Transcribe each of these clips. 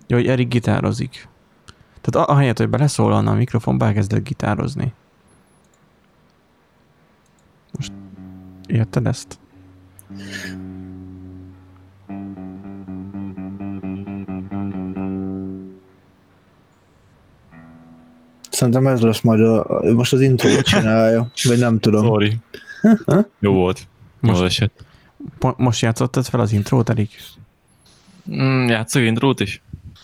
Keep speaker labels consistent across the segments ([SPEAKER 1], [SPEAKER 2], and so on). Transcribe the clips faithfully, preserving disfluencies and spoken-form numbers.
[SPEAKER 1] Jó, hogy Erik gitározik. Tehát ahelyett, hogy beleszólalna a mikrofonba, elkezdett gitározni. Most érted ezt?
[SPEAKER 2] Szerintem ez lesz majd a, most az intrót csinálja, vagy nem tudom.
[SPEAKER 3] Sorry. Jó volt.
[SPEAKER 1] Most,
[SPEAKER 3] Jól esett.
[SPEAKER 1] Most játszottad fel az intrót, Erik?
[SPEAKER 3] Mm, játszok intrót is?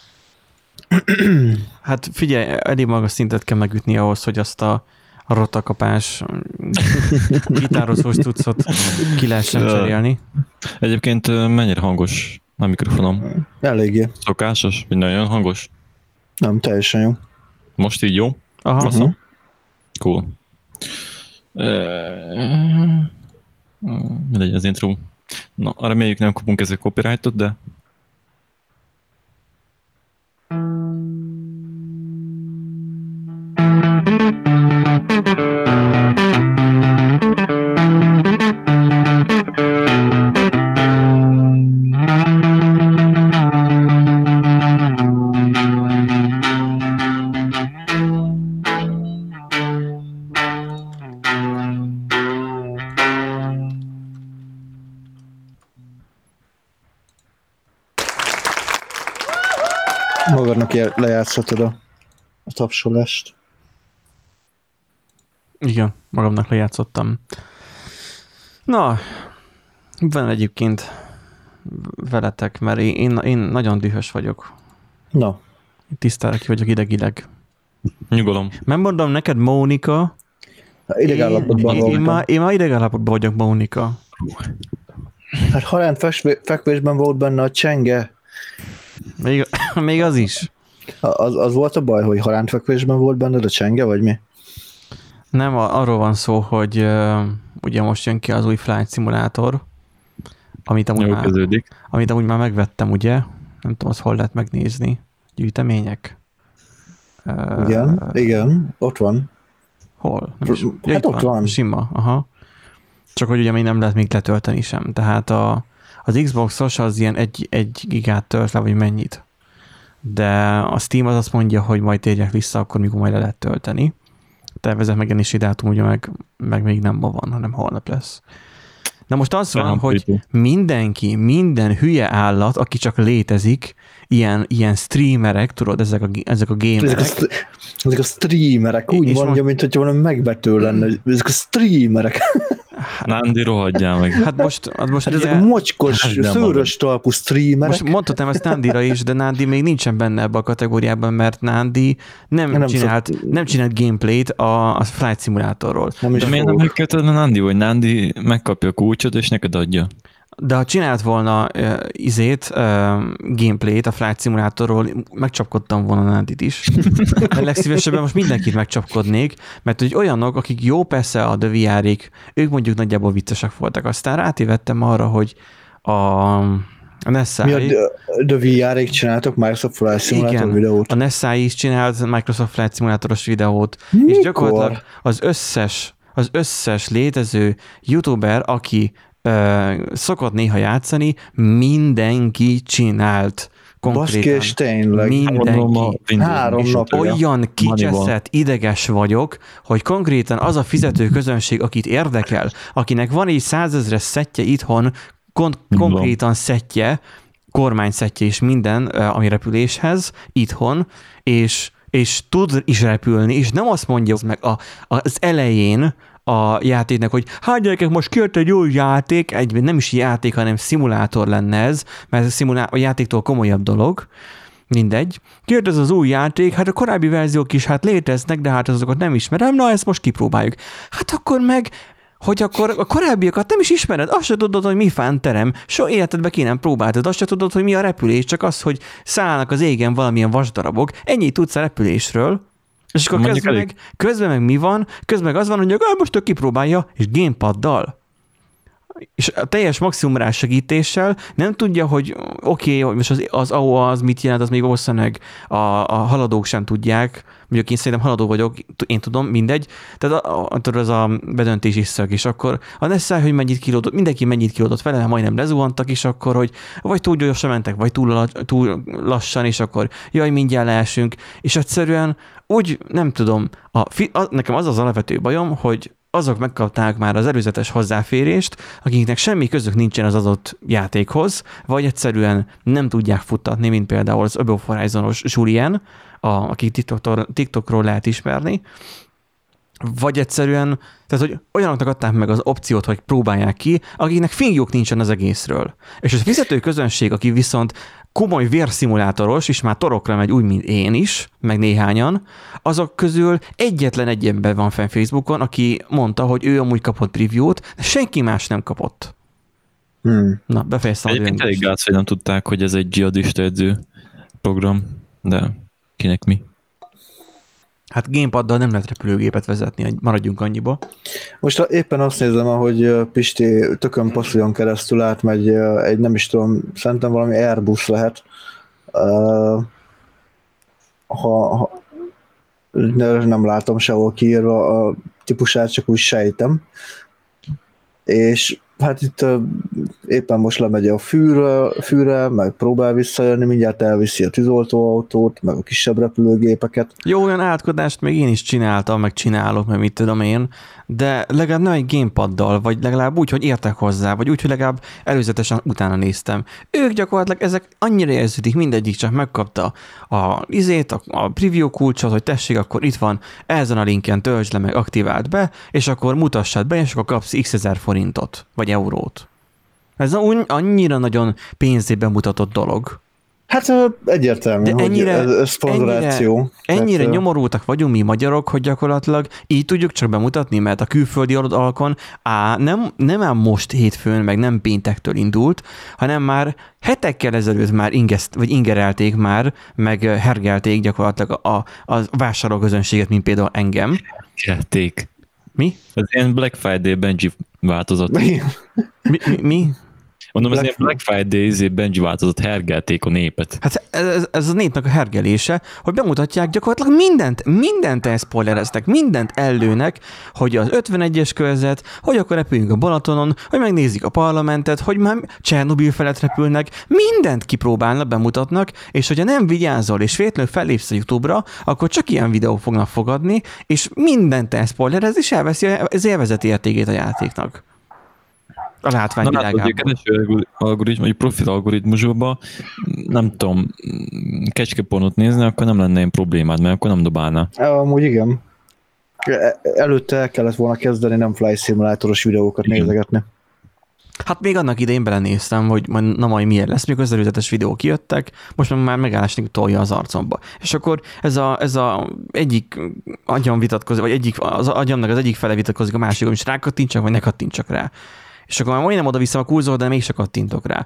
[SPEAKER 1] Hát figyelj, elég magas szintet kell megütni ahhoz, hogy azt a rotakapás gitározós cuccot ki lehessen cserélni.
[SPEAKER 3] Egyébként mennyire hangos a mikrofonom?
[SPEAKER 2] Eléggé.
[SPEAKER 3] Szokásos? Vagy nagyon hangos?
[SPEAKER 2] Nem, teljesen jó.
[SPEAKER 3] Most így jó?
[SPEAKER 1] Aha.
[SPEAKER 3] Uh-huh. Cool. Mi legyen az intro? Na, reméljük nem kapunk ezzel copyrightot, de
[SPEAKER 2] Magadnak lejátszhatod a, a tapsolást.
[SPEAKER 1] Igen, magamnak lejátszottam. Na, van egyébként veletek, mert én, én nagyon dühös vagyok.
[SPEAKER 2] Na.
[SPEAKER 1] Tisztára ki vagyok idegileg.
[SPEAKER 3] nyugalom.
[SPEAKER 1] Megmondom neked, Mónika.
[SPEAKER 2] Idegállapotban
[SPEAKER 1] én, én, már, én már idegállapotban vagyok, Mónika.
[SPEAKER 2] Hát halál fekvésben volt benne a csenge.
[SPEAKER 1] Még, még az is.
[SPEAKER 2] Az, az volt a baj, hogy halántfekvésben volt benned a csenge, vagy mi?
[SPEAKER 1] Nem, arról van szó, hogy uh, ugye most jön ki az új Flight Simulator, amit amúgy, már, amit amúgy már megvettem, ugye? Nem tudom, az hol lehet megnézni. Gyűjtemények?
[SPEAKER 2] Uh, igen, uh, igen, ott van.
[SPEAKER 1] Hol?
[SPEAKER 2] Hát ja, ott van. van.
[SPEAKER 1] Sima, aha. Csak hogy ugye még nem lehet még letölteni sem. Tehát a, az Xbox-os az ilyen egy, egy gigát tölt le, vagy mennyit. De a Steam az azt mondja, hogy majd térjek vissza, akkor mikor majd le lehet tölteni. Tervezek megjelenési dátum ugye meg, meg még nem ma van, hanem holnap lesz. Na most az van, hogy mindenki, minden hülye állat, aki csak létezik, ilyen, ilyen streamerek, tudod, ezek a, ezek a gamerek.
[SPEAKER 2] Ezek a, ezek a streamerek, úgy mondja, most... mint hogyha valami megbető lenne. Ezek a streamerek.
[SPEAKER 3] Nándi, rohadjál meg.
[SPEAKER 1] Hát most, hát most
[SPEAKER 2] hát
[SPEAKER 1] ugye...
[SPEAKER 2] ezek a mocskos, szőrös talpú streamerek.
[SPEAKER 1] Most mondhatnám ezt Nándira is, de Nándi még nincsen benne ebbe a kategóriában, mert Nándi nem, nem, csinált, szok... nem csinált gameplayt a, a Flight Simulatorról.
[SPEAKER 3] Nem is de miért nem megkötöd a Nándi, hogy Nándi megkapja a kulcsot, és neked adja?
[SPEAKER 1] De ha csinált volna uh, izét, uh, gameplayt a Flight Simulatorról, megcsapkodtam volna Nándit is. De legszívesebben most mindenkit megcsapkodnék, mert hogy olyanok, akik jó persze a The vé er-ék, ők mondjuk nagyjából viccesek voltak. Aztán rátévettem arra, hogy a, a Nessai...
[SPEAKER 2] Mi a The vé er-ék csináltok Microsoft Flight Simulator
[SPEAKER 1] igen,
[SPEAKER 2] videót?
[SPEAKER 1] a Nessai is csinált Microsoft Flight Simulatoros videót,
[SPEAKER 2] Mikor?
[SPEAKER 1] És gyakorlatilag az összes, az összes létező youtuber, aki Uh, szokott néha játszani, mindenki csinált konkrétan.
[SPEAKER 2] Baszki, és tényleg.
[SPEAKER 1] Mindenki.
[SPEAKER 2] Három napja.
[SPEAKER 1] Olyan kicseszett, ideges vagyok, hogy konkrétan az a fizető közönség, akit érdekel, akinek van egy százezres szettje itthon, kon- konkrétan szettje, kormány szettje és minden, ami repüléshez itthon, és, és tud is repülni, és nem azt mondja meg a, az elején, a játéknak, hogy hát gyerekek, most kijött egy új játék, egy, nem is játék, hanem szimulátor lenne ez, mert a, szimulá- a játéktól komolyabb dolog, mindegy. Kijött ez az új játék, hát a korábbi verziók is hát léteznek, de hát azokat nem ismerem, na ezt most kipróbáljuk. Hát akkor meg, hogy akkor a korábbiakat nem is ismered, azt se tudod, hogy mi fánterem, soha életedben ki nem próbáltad, azt se tudod, hogy mi a repülés, csak az, hogy szállnak az égen valamilyen vasdarabok, ennyit tudsz a repülésről. És akkor közben meg, közben meg mi van? Közben meg az van, hogy most ő kipróbálja, és gamepaddal. és a teljes maximum rásegítéssel nem tudja, hogy oké, okay, hogy most az, az á o á az mit jelent, az még valószínűleg a, a haladók sem tudják, mondjuk én szerintem haladó vagyok, én tudom, mindegy, tehát az a bedöntési szög, és akkor a neszáj, hogy mennyit kilódott, mindenki mennyit kilódott vele, majdnem lezuhantak is, akkor, hogy vagy túl gyorsan mentek, vagy túl, túl lassan, és akkor jaj, mindjárt leesünk, és egyszerűen úgy, nem tudom, a, a, nekem az az alapvető bajom, hogy azok megkapták már az előzetes hozzáférést, akiknek semmi közük nincsen az adott játékhoz, vagy egyszerűen nem tudják futtatni, mint például az Above Horizon-os Julien, a, akik TikTokról, TikTokról lehet ismerni, vagy egyszerűen, tehát hogy olyanoknak adták meg az opciót, hogy próbálják ki, akiknek fingjuk nincsen az egészről. És az fizető közönség, aki viszont komoly vérszimulátoros, és már torokra megy úgy, mint én is, meg néhányan, azok közül egyetlen egy ember van fenn Facebookon, aki mondta, hogy ő amúgy kapott preview-t, de senki más nem kapott. Hmm. Na, befejeztem.
[SPEAKER 3] Egyébként elég gáz, hogy nem tudták, hogy ez egy dzsihadista edző program, de kinek mi?
[SPEAKER 1] Hát gamepaddal nem lehet repülőgépet vezetni, maradjunk annyiba.
[SPEAKER 2] Most éppen azt nézem, ahogy Pisti tökön passzoljon keresztül átmegy egy, nem is tudom, szerintem valami Airbus lehet. Ha, ha nem látom sehol kiírva a típusát, csak úgy sejtem. És hát itt éppen most lemegy a fűre, fűre, meg próbál visszajönni, mindjárt elviszi a tűzoltóautót, meg a kisebb repülőgépeket.
[SPEAKER 1] Jó, olyan átkodást még én is csináltam, meg csinálok, meg mit tudom én, de legalább nem egy gamepaddal, vagy legalább úgy, hogy értek hozzá, vagy úgy, hogy legalább előzetesen utána néztem. Ők gyakorlatilag ezek annyira érződik, mindegyik csak megkapta a izét, a, a preview kulcsot, hogy tessék, akkor itt van, ezen a linken töltsd le, meg aktiváld be, és akkor mutassad be, és akkor kapsz x ezer forintot, vagy eurót. Ez annyira nagyon pénzében mutatott dolog.
[SPEAKER 2] Hát egyértelmű, de ennyire, hogy ez szponzoráció.
[SPEAKER 1] Ennyire, ennyire tehát, nyomorultak vagyunk mi magyarok, hogy gyakorlatilag így tudjuk csak bemutatni, mert a külföldi oldalakon á, nem, nem ám most hétfőn, meg nem péntektől indult, hanem már hetekkel ezelőtt már ingeszt, vagy ingerelték már, meg hergelték gyakorlatilag a, a, a vásárlóközönséget, mint például engem.
[SPEAKER 3] Hergelték.
[SPEAKER 1] Mi?
[SPEAKER 3] Ez ilyen Black Friday Benji változat.
[SPEAKER 1] Mi? mi, mi, mi?
[SPEAKER 3] Mondom, ez ilyen Black Friday Benji változat, hergelték a népet.
[SPEAKER 1] Hát ez, ez a népnek a hergelése, hogy bemutatják gyakorlatilag mindent, mindent elszpoilereztek, mindent ellőnek, hogy az ötvenegyes körzet, hogy akkor repüljünk a Balatonon, hogy megnézzük a parlamentet, hogy már Csernobil felett repülnek, mindent kipróbálnak, bemutatnak, és hogyha nem vigyázol, és véletlenül fellépsz a YouTube-ra, akkor csak ilyen videók fognak fogadni, és mindent elszpoilerez, és elveszi az élvezeti értékét a játéknak. A látványvilágában.
[SPEAKER 3] Na, hát, hogy a kereső algoritmus, vagy profil algoritmusokban nem tudom, kecskepornót nézni, akkor nem lenne ilyen problémád, mert akkor nem dobálna.
[SPEAKER 2] Amúgy igen. Előtte el kellett volna kezdeni nem Flight Simulatoros videókat igen. nézegetni.
[SPEAKER 1] Hát még annak idején belenéztem, hogy na majd milyen lesz, mikor az előzetes videók kijöttek, most már megállásnak tolja az arcomba. És akkor ez a, ez a egyik agyam vitatkozik, vagy egyik, az agyamnak az egyik fele vitatkozik a másikon, és rákattintsak, vagy ne kattintsak rá. És akkor már majdnem oda viszem a kurzor, de mégse kattintok rá.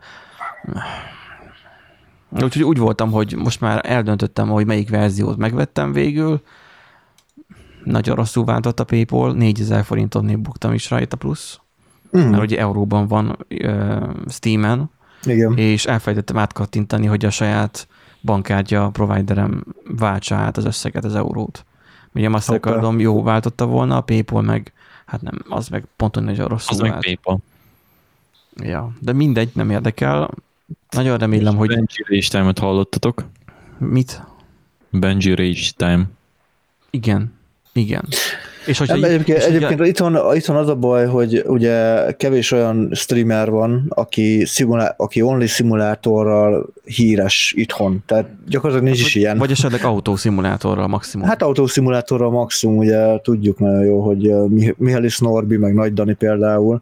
[SPEAKER 1] Úgyhogy úgy voltam, hogy most már eldöntöttem, hogy melyik verziót megvettem végül. Nagyon rosszul váltott a PayPal, négyezer forintotnél buktam is rajta plusz. Mm. Mert ugye euróban van uh, Steamen,
[SPEAKER 2] igen.
[SPEAKER 1] És elfelejtettem átkattintani, hogy a saját bankkártya providerem váltsa át az összeget, az eurót. Ugye Mastercardom jó váltotta volna, a PayPal meg, hát nem, az meg pont nagyon rosszul
[SPEAKER 3] az
[SPEAKER 1] vált.
[SPEAKER 3] meg PayPal.
[SPEAKER 1] Ja, de mindegy, nem érdekel. Nagyon remélem, hogy...
[SPEAKER 3] Benji Rage Time-et hallottatok?
[SPEAKER 1] Mit?
[SPEAKER 3] Benji Rage Time.
[SPEAKER 1] Igen, igen. És hogyha
[SPEAKER 2] nem, egyébként
[SPEAKER 1] és
[SPEAKER 2] egyébként
[SPEAKER 1] ugye...
[SPEAKER 2] itthon, itthon az a baj, hogy ugye kevés olyan streamer van, aki, szimulá, aki only szimulátorral híres itthon. Tehát gyakorlatilag nincs
[SPEAKER 1] hát,
[SPEAKER 2] is ilyen.
[SPEAKER 1] Vagy esetleg autószimulátorral maximum.
[SPEAKER 2] Hát autószimulátorral maximum, ugye tudjuk nagyon jó, hogy Mihális Norbi, meg Nagy Dani például,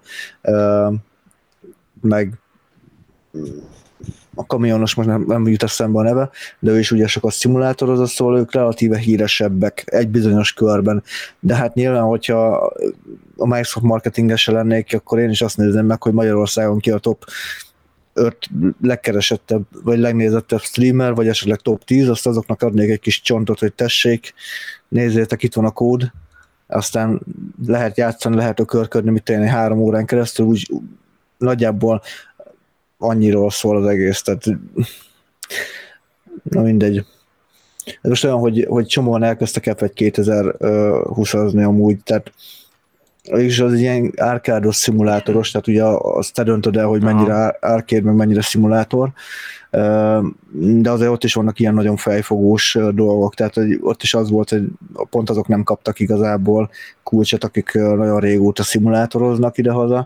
[SPEAKER 2] meg a kamionos most nem, nem jut eszembe a neve, de ő is ugye sokat szimulátorozott, szóval ők relatíve híresebbek egy bizonyos körben. De hát nyilván, hogyha a Microsoft marketingese lennék, akkor én is azt nézném meg, hogy Magyarországon ki a top öt legkeresettebb, vagy legnézettebb streamer, vagy esetleg top tíz, azt azoknak adnék egy kis csontot, hogy tessék, nézzétek, itt van a kód, aztán lehet játszani, lehet ökörködni, mit tenni három órán keresztül, úgy nagyjából annyiról szól az egész, tehát na mindegy. Ez most olyan, hogy, hogy csomóan elkezdtek ef egy kétezer-húszozni amúgy, tehát és az ilyen árkádos szimulátoros, tehát ugye azt te döntöd el, hogy mennyire arcade, meg mennyire szimulátor, de azért ott is vannak ilyen nagyon fejfogós dolgok, tehát ott is az volt, hogy pont azok nem kaptak igazából kulcsot, akik nagyon régóta szimulátoroznak idehaza.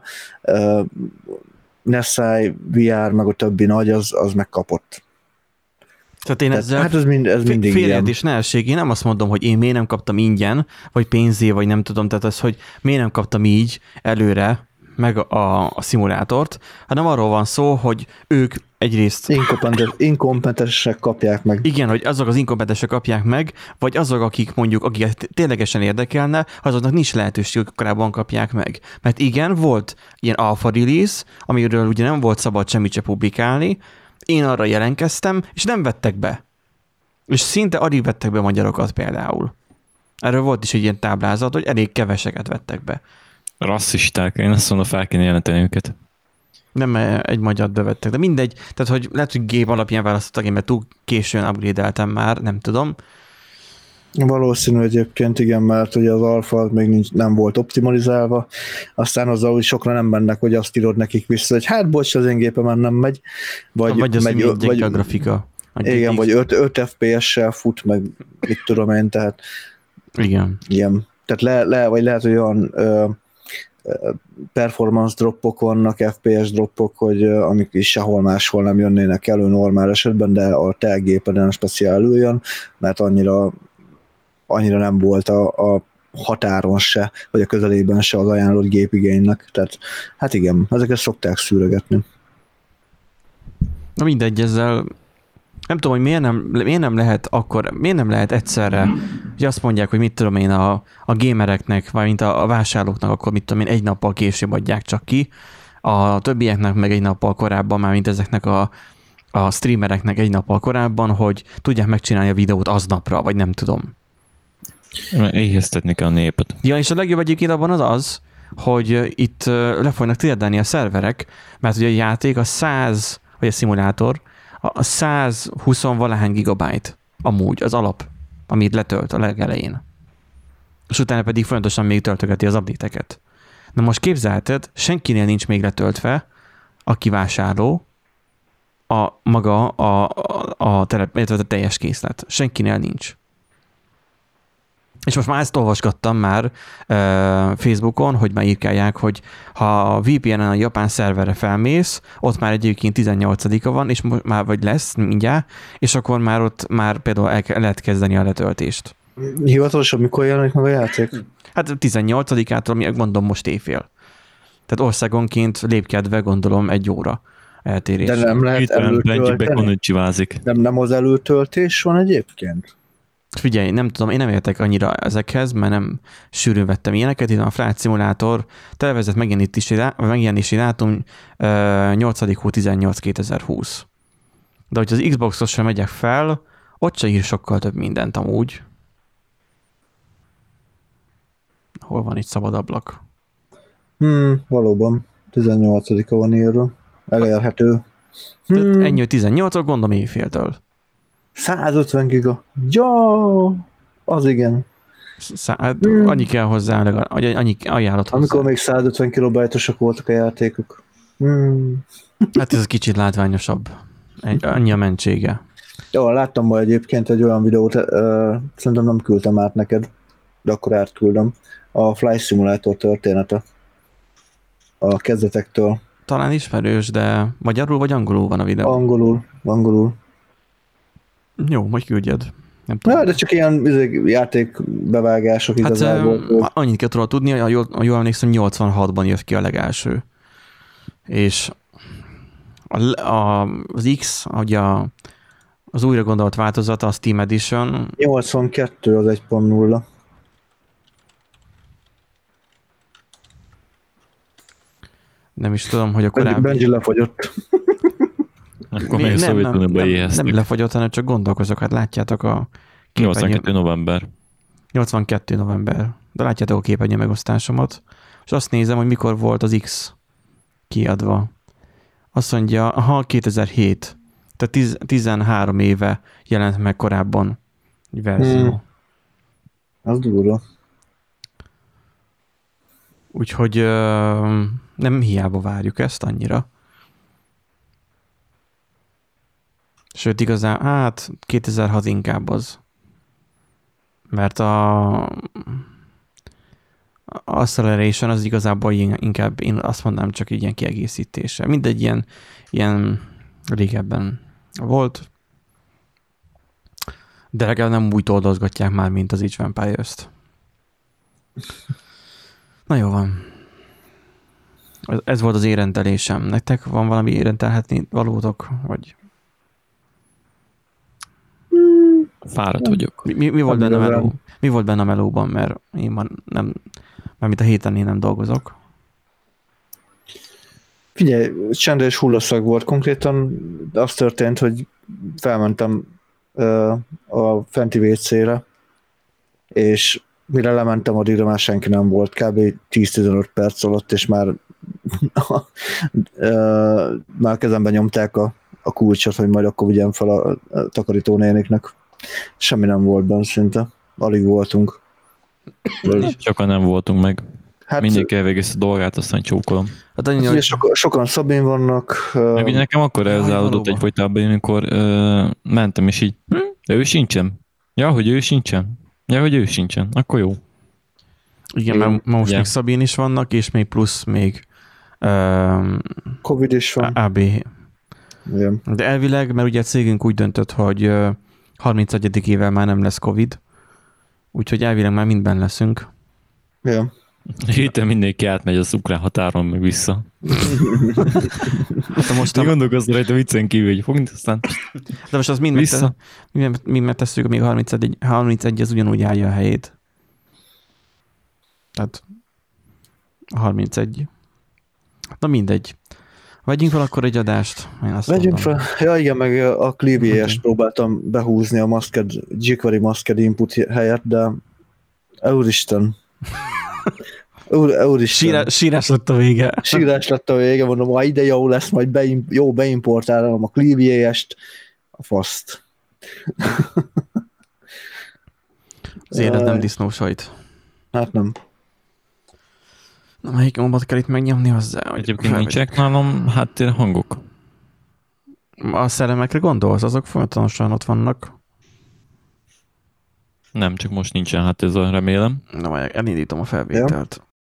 [SPEAKER 2] Nessai, vé er, meg a többi nagy, az, az megkapott.
[SPEAKER 1] Tehát én ezzel
[SPEAKER 2] hát ez, mind, ez mindig
[SPEAKER 1] félreértés ne essék. Én nem azt mondom, hogy én miért nem kaptam ingyen, vagy pénzé, vagy nem tudom, tehát az, hogy miért nem kaptam így előre meg a, a, a szimulátort, hanem arról van szó, hogy ők egyrészt...
[SPEAKER 2] Inkompetensek kapják meg.
[SPEAKER 1] Igen, hogy azok az inkompetensek kapják meg, vagy azok, akik mondjuk, akiket ténylegesen érdekelne, azoknak nincs lehetőség, hogy korábban kapják meg. Mert igen, volt ilyen alpha release, amiről ugye nem volt szabad semmit se publikálni, én arra jelentkeztem, és nem vettek be. És szinte alig vettek be magyarokat például. Erről volt is egy ilyen táblázat, hogy elég keveseket vettek be.
[SPEAKER 3] Rasszisták, én azt mondom, fel kéne jelenteni őket.
[SPEAKER 1] Nem egy magyart bevettek, de mindegy. Tehát, hogy lehet, hogy gép alapján választottak én, mert túl későn upgrade-eltem már, nem tudom.
[SPEAKER 2] Valószínű egyébként, igen, mert ugye az alfa még nincs, nem volt optimalizálva, aztán azzal úgy sokra nem mennek, hogy azt írod nekik vissza, hogy hát bocs, az én gépemen nem megy.
[SPEAKER 1] Vagy, vagy az megy, vagy, a grafika.
[SPEAKER 2] Igen, vagy öt ef pé es-sel fut, meg mit tudom én, tehát
[SPEAKER 1] igen.
[SPEAKER 2] Igen. Tehát le, le, vagy lehet, hogy olyan ö, performance droppok vannak, ef pé es droppok, hogy amik is sehol máshol nem jönnének elő normál esetben, de a te gépeden speciál előjön, mert annyira annyira nem volt a, a határon se, vagy a közelében se az ajánlott gépigénynek. Tehát hát igen, ezeket szokták szűrögetni.
[SPEAKER 1] Na mindegy, ezzel nem tudom, hogy miért nem, miért nem lehet akkor, miért nem lehet egyszerre, hogy azt mondják, hogy mit tudom én a, a gamereknek, vagy mint a, a vásárlóknak, akkor mit tudom én egy nappal később adják csak ki, a többieknek meg egy nappal korábban, már mint ezeknek a, a streamereknek egy nappal korábban, hogy tudják megcsinálni a videót aznapra, vagy nem tudom.
[SPEAKER 3] Éheztetni kell a népet.
[SPEAKER 1] Ja, és a legjobb egyébként abban az az, hogy itt le fognak térdelni a szerverek, mert ugye a játék a száz, vagy a szimulátor, a százhúsz valahány gigabyte amúgy az alap, amit letölt a legelején. És utána pedig folyamatosan még töltögeti az update-eket. Na most képzelheted, senkinél nincs még letöltve, aki vásárló, a maga a, a, a, telep, a teljes készlet. Senkinél nincs. És most már ezt olvasgattam már uh, Facebookon, hogy már írkálják, hogy ha a vé pé en-en a japán szerverre felmész, ott már egyébként tizennyolcadika van, és már vagy lesz mindjárt, és akkor már ott már például el lehet kezdeni a letöltést.
[SPEAKER 2] Hivatalosan mikor jelenik meg a játék?
[SPEAKER 1] Hát tizennyolcadikától, mondom most éjfél. Tehát országonként lépkedve gondolom egy óra eltérés.
[SPEAKER 2] De nem lehet előtölteni? Nem, nem az előtöltés van egyébként?
[SPEAKER 1] Figyelj, nem tudom, én nem értek annyira ezekhez, mert nem sűrűn vettem ilyeneket, itt a Flight Simulator tervezett megjelenési dátum nyolcadik hó tizennyolc kétezer-húsz. De hogyha az Xbox-osra megyek fel, ott se ír sokkal több mindent amúgy. Hol van itt szabad ablak?
[SPEAKER 2] Hmm, valóban. tizennyolcadika van írva. Elérhető.
[SPEAKER 1] Hmm. Ennyi, hogy tizennyolc, gondolom éjféltől.
[SPEAKER 2] százötven giga. Ja, az igen.
[SPEAKER 1] Szá- hát hmm. Annyi kell hozzá, annyi ajánlott hozzá.
[SPEAKER 2] Amikor még százötven kilobájtosak voltak a játékok. Hmm.
[SPEAKER 1] Hát ez kicsit látványosabb. Egy, annyi a mentsége.
[SPEAKER 2] Jó, láttam ma egyébként egy olyan videót, uh, szerintem nem küldtem át neked, de akkor átküldöm. A Flight Simulator története. A kezdetektől.
[SPEAKER 1] Talán ismerős, de magyarul vagy angolul van a videó?
[SPEAKER 2] Angolul, angolul.
[SPEAKER 1] Jó, majd küldjed. Nem
[SPEAKER 2] tudom. Ja, de csak ilyen játékbevágások
[SPEAKER 1] hát,
[SPEAKER 2] igazából.
[SPEAKER 1] Hát annyit kell róla tudni, hogy jól, jól emlékszem, nyolcvanhatban jött ki a legelső. És a, a, az X, ugye a, az újra gondolt változata, a Steam Edition.
[SPEAKER 2] nyolcvankettő az egy pont nulla.
[SPEAKER 1] Nem is tudom, hogy a korábbi...
[SPEAKER 2] Benji lefogyott.
[SPEAKER 3] Akkor még nem, nem,
[SPEAKER 1] nem, nem lefogyott, hanem csak gondolkozok, hát látjátok a
[SPEAKER 3] képernyő... nyolcvankettő november.
[SPEAKER 1] nyolcvankettő november. De látjátok a képernyő megosztásomat. És azt nézem, hogy mikor volt az X kiadva. Azt mondja, aha, kétezer-hét. Tehát tíz, tizenhárom éve jelent meg korábban egy verzió. Hmm.
[SPEAKER 2] Az durva.
[SPEAKER 1] Úgyhogy ö, nem hiába várjuk ezt annyira. Sőt, igazán, hát kétezer-hat inkább az. Mert a Acceleration az igazából inkább, én azt mondanám, csak egy ilyen kiegészítése. Mindegy ilyen, ilyen régebben volt, de legalább nem úgy toldozgatják már, mint az Age of Empires-t. Na jó van. Ez volt az érendelésem. Nektek van valami érentelhetni valótok? Vagy...
[SPEAKER 3] Fáradt vagyok.
[SPEAKER 1] Mi, mi, mi, volt benne meló? mi volt benne a melóban? Mert én már nem, mert a héten én nem dolgozok.
[SPEAKER 2] Figyelj, csendes hullaszag volt. Konkrétan az történt, hogy felmentem uh, a fenti vécére, és mire lementem, addigra már senki nem volt, kb. tíz-tizenöt perc alatt, és már uh, már kezemben nyomták a, a kulcsot, hogy majd akkor vigyem fel a, a takarítónéniknek. Semmi nem volt benne szinte. Alig voltunk.
[SPEAKER 3] Sokan nem voltunk meg. Hát, mindenki elvégezte a dolgát, aztán csókolom.
[SPEAKER 2] Hát annyi, hogy... sokan, sokan szabén vannak.
[SPEAKER 3] Meg nekem akkor elzállodott egyfolytában, amikor uh, mentem, és így, hm, ő sincsen. Ja, hogy ő sincsen. Ja, hogy ő sincsen. Akkor jó.
[SPEAKER 1] Igen, mert most yeah. még Szabin is vannak, és még plusz még um,
[SPEAKER 2] Covid is van.
[SPEAKER 1] á bé.
[SPEAKER 2] Yeah.
[SPEAKER 1] De elvileg, mert ugye a cégünk úgy döntött, hogy uh, harmincegyedikével már nem lesz Covid, úgyhogy elvileg már mindben leszünk.
[SPEAKER 2] Yeah.
[SPEAKER 3] Héten mindenki átmegy az ukrán határon, meg vissza.
[SPEAKER 1] Hát most
[SPEAKER 3] a... gondolkozz rajta viccen kívül, hogy fogni, aztán
[SPEAKER 1] de most az mind vissza. Mind, mind megtesszük, amíg harmincegy, harmincegy az ugyanúgy állja a helyét. Tehát harmincegy. Na mindegy. Vegyünk fel akkor egy adást.
[SPEAKER 2] Vegyünk fel. Ja igen, meg a Clivier-est okay. próbáltam behúzni a Masked, jQuery Masked input helyett, de úristen. Úr, úristen.
[SPEAKER 1] Sírás, sírás lett a vége.
[SPEAKER 2] Sírás lett a vége, mondom, ha ide jó lesz, majd beim, jó beimportálom a Clivier-est, a faszt.
[SPEAKER 1] Az élet nem disznósajt.
[SPEAKER 2] Hát nem.
[SPEAKER 1] Na, melyik gombot kell itt megnyomni hozzá?
[SPEAKER 3] Egyébként nincsenek nálam háttér hangok.
[SPEAKER 1] A szeremekre gondolsz? Azok folyamatosan ott vannak.
[SPEAKER 3] Nem, csak most nincsen, hát ez a remélem.
[SPEAKER 1] Na, majd elindítom a felvételt.